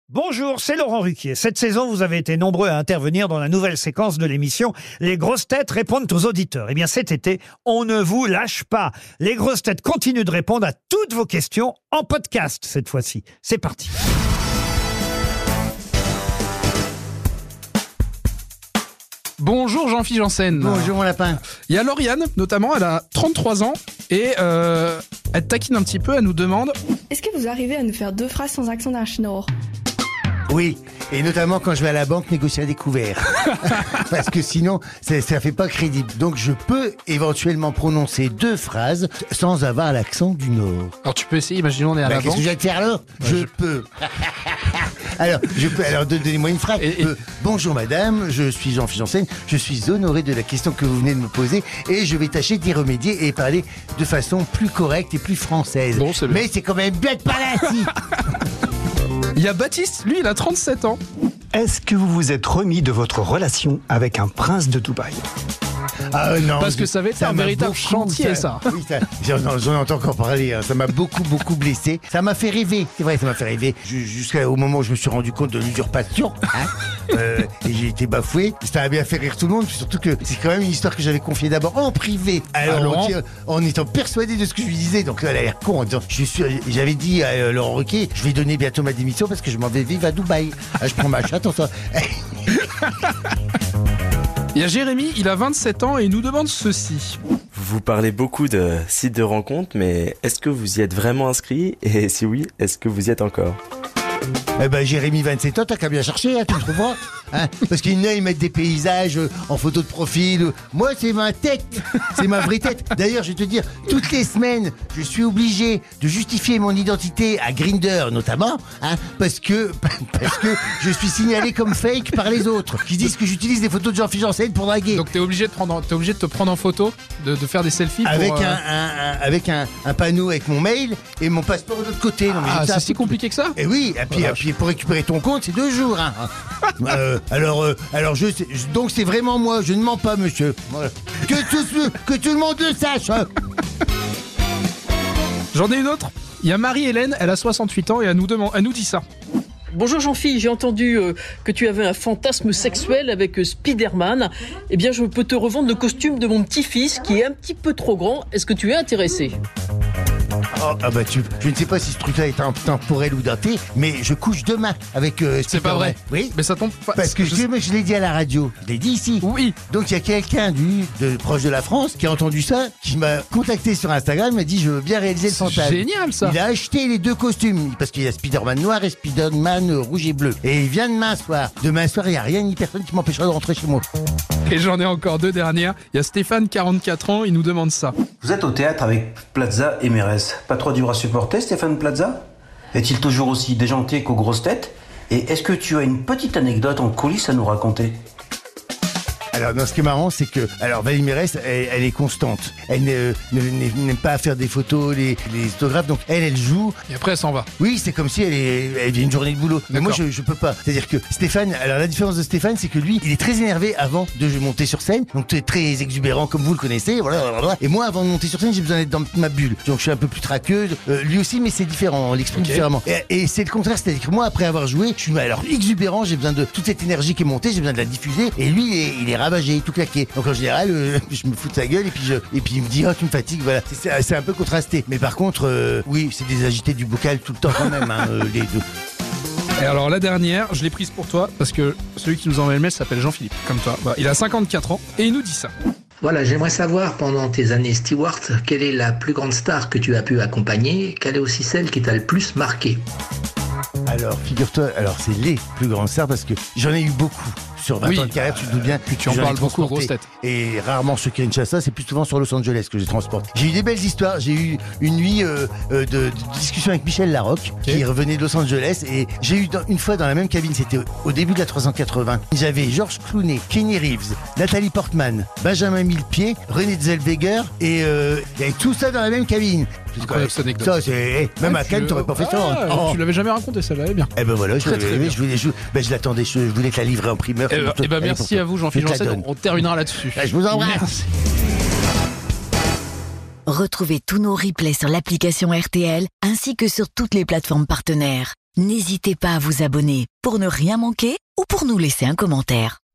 Bonjour, c'est Laurent Ruquier. Cette saison, vous avez été nombreux à intervenir dans la nouvelle séquence de l'émission « Les grosses têtes répondent aux auditeurs ». Eh bien, cet été, on ne vous lâche pas. Les grosses têtes continuent de répondre à toutes vos questions en podcast cette fois-ci. C'est parti. Bonjour Jean-Philippe Janssen. Bonjour mon lapin. Il y a Lauriane, notamment, elle a 33 ans et elle taquine un petit peu, elle nous demande... Est-ce que vous arrivez à nous faire 2 phrases sans accent d'un chinois ? Oui, et notamment quand je vais à la banque négocier à découvert. Parce que sinon, ça fait pas crédible. Donc je peux éventuellement prononcer 2 phrases sans avoir l'accent du Nord. Alors tu peux essayer, imaginons on est à la Qu'est-ce banque. que j'ai de faire là ? Je peux. Alors, donnez-moi une phrase. Bonjour madame, je suis Jean-Philippe Janssen, je suis honoré de la question que vous venez de me poser et je vais tâcher d'y remédier et parler de façon plus correcte et plus française. Bon, c'est bien. Mais c'est quand même bien de parler ainsi. Il y a Baptiste, lui il a 37 ans. Est-ce que vous vous êtes remis de votre relation avec un prince de Dubaï ? Ah non, Parce que ça va être un m'a véritable beaucoup, chantier ça. Oui, j'en entends encore parler, hein. Ça m'a beaucoup blessé. Ça m'a fait rêver, c'est vrai, ça m'a fait rêver. Jusqu'au moment où je me suis rendu compte de l'usurpation, hein. Et j'ai été bafoué. Ça a bien fait rire tout le monde, surtout que c'est quand même une histoire que j'avais confiée d'abord en privé. Alors, en étant persuadé de ce que je lui disais. Donc là, elle a l'air con en disant, j'avais dit à Laurent Ruquier, je vais donner bientôt ma démission parce que je m'en vais vivre à Dubaï. Je prends ma chatte, ça. Il y a Jérémy, il a 27 ans et il nous demande ceci. Vous parlez beaucoup de sites de rencontres, mais est-ce que vous y êtes vraiment inscrit ? Et si oui, est-ce que vous y êtes encore ? Eh ben, Jérémy, 27 ans, t'as qu'à bien chercher, hein, tu me trouveras. Hein, parce qu'il y en a, ils mettent des paysages en photo de profil. Moi, c'est ma tête. C'est ma vraie tête. D'ailleurs, je vais te dire, toutes les semaines, je suis obligé de justifier mon identité à Grindr, notamment, hein, parce que je suis signalé comme fake par les autres, qui disent que j'utilise des photos de Jean-Philippe Janssen pour draguer. Donc t'es obligé de te prendre en photo, de faire des selfies Avec pour, avec un panneau avec mon mail et mon passeport de l'autre côté. Non, mais Ah, j'ai ça c'est si compliqué que ça ? Et oui, et puis pour récupérer ton compte, c'est 2 jours. Hein. Alors donc c'est vraiment moi, je ne mens pas, monsieur. Voilà. Que tout le monde le sache. Hein. J'en ai une autre. Il y a Marie-Hélène, elle a 68 ans et elle nous dit ça. Bonjour Jean-Philippe, j'ai entendu que tu avais un fantasme sexuel avec Spider-Man. Eh bien, je peux te revendre le costume de mon petit-fils qui est un petit peu trop grand. Est-ce que tu es intéressé ? Je ne sais pas si ce truc-là est temporel ou daté, mais je couche demain avec C'est pas vrai. Oui. Mais ça tombe pas. Parce que je l'ai dit à la radio, je l'ai dit ici. Oui. Donc il y a quelqu'un proche de la France qui a entendu ça, qui m'a contacté sur Instagram, m'a dit je veux bien réaliser le C'est fantasme. génial ça. Il a acheté les 2 costumes, parce qu'il y a Spider-Man noir et Spider-Man rouge et bleu. Et il vient demain soir. Demain soir, il n'y a rien ni personne qui m'empêchera de rentrer chez moi. Et j'en ai encore 2 dernières. Il y a Stéphane, 44 ans, il nous demande ça. Vous êtes au théâtre avec Plaza et Mérès. Pas trop dur à supporter, Stéphane Plaza ? Est-il toujours aussi déjanté qu'aux grosses têtes ? Et est-ce que tu as une petite anecdote en coulisses à nous raconter ? Alors, non, ce qui est marrant, c'est que, Valérie Mérès, elle est constante. Elle n'aime pas faire des photos, les photographes, donc elle joue. Et après, elle s'en va. Oui, c'est comme si elle vient une journée de boulot. Mais moi, D'accord. je peux pas. C'est-à-dire que Stéphane, alors la différence de Stéphane, c'est que lui, il est très énervé avant de monter sur scène, donc très exubérant, comme vous le connaissez, voilà. Et moi, avant de monter sur scène, j'ai besoin d'être dans ma bulle. Donc, je suis un peu plus traqueux. Lui aussi, mais c'est différent, on l'exprime différemment. Et c'est le contraire, c'est-à-dire que moi, après avoir joué, je suis alors exubérant, j'ai besoin de toute cette énergie qui est montée, j'ai besoin de la diffuser, et lui, il est ravagé, tout claqué. Donc en général, je me fous de sa gueule et puis il me dit tu me fatigues, voilà. C'est un peu contrasté. Mais par contre, oui, c'est des agités du bocal tout le temps quand même, hein, les 2. Et alors la dernière, je l'ai prise pour toi parce que celui qui nous envoie le mail s'appelle Jean-Philippe, comme toi. Il a 54 ans et il nous dit ça. Voilà, j'aimerais savoir, pendant tes années steward, quelle est la plus grande star que tu as pu accompagner, quelle est aussi celle qui t'a le plus marqué ? Alors, figure-toi, c'est les plus grands stars parce que j'en ai eu beaucoup. Sur 20 ans de carrière, tu te doutes bien que tu en parles beaucoup aux grosses têtes. Et rarement sur Kinshasa, c'est plus souvent sur Los Angeles que j'ai transporté. J'ai eu des belles histoires. J'ai eu une nuit de discussion avec Michel Larocque, qui revenait de Los Angeles. Et j'ai eu une fois dans la même cabine, c'était au début de la 380. J'avais Georges Clooney, Kenny Reeves, Nathalie Portman, Benjamin Millepied, René Zellweger et il y avait tout ça dans la même cabine. Incroyable cette anecdote. Ça, c'est... Même à Cannes, t'aurais pas fait ça. Tu l'avais jamais raconté, celle-là, elle est bien. Eh ben voilà, Très bien. je l'attendais, je voulais te la livrer en primeur. Merci à vous, Jean-Philippe Janssen. On terminera là-dessus. Je vous embrasse. Merci. Retrouvez tous nos replays sur l'application RTL ainsi que sur toutes les plateformes partenaires. N'hésitez pas à vous abonner pour ne rien manquer ou pour nous laisser un commentaire.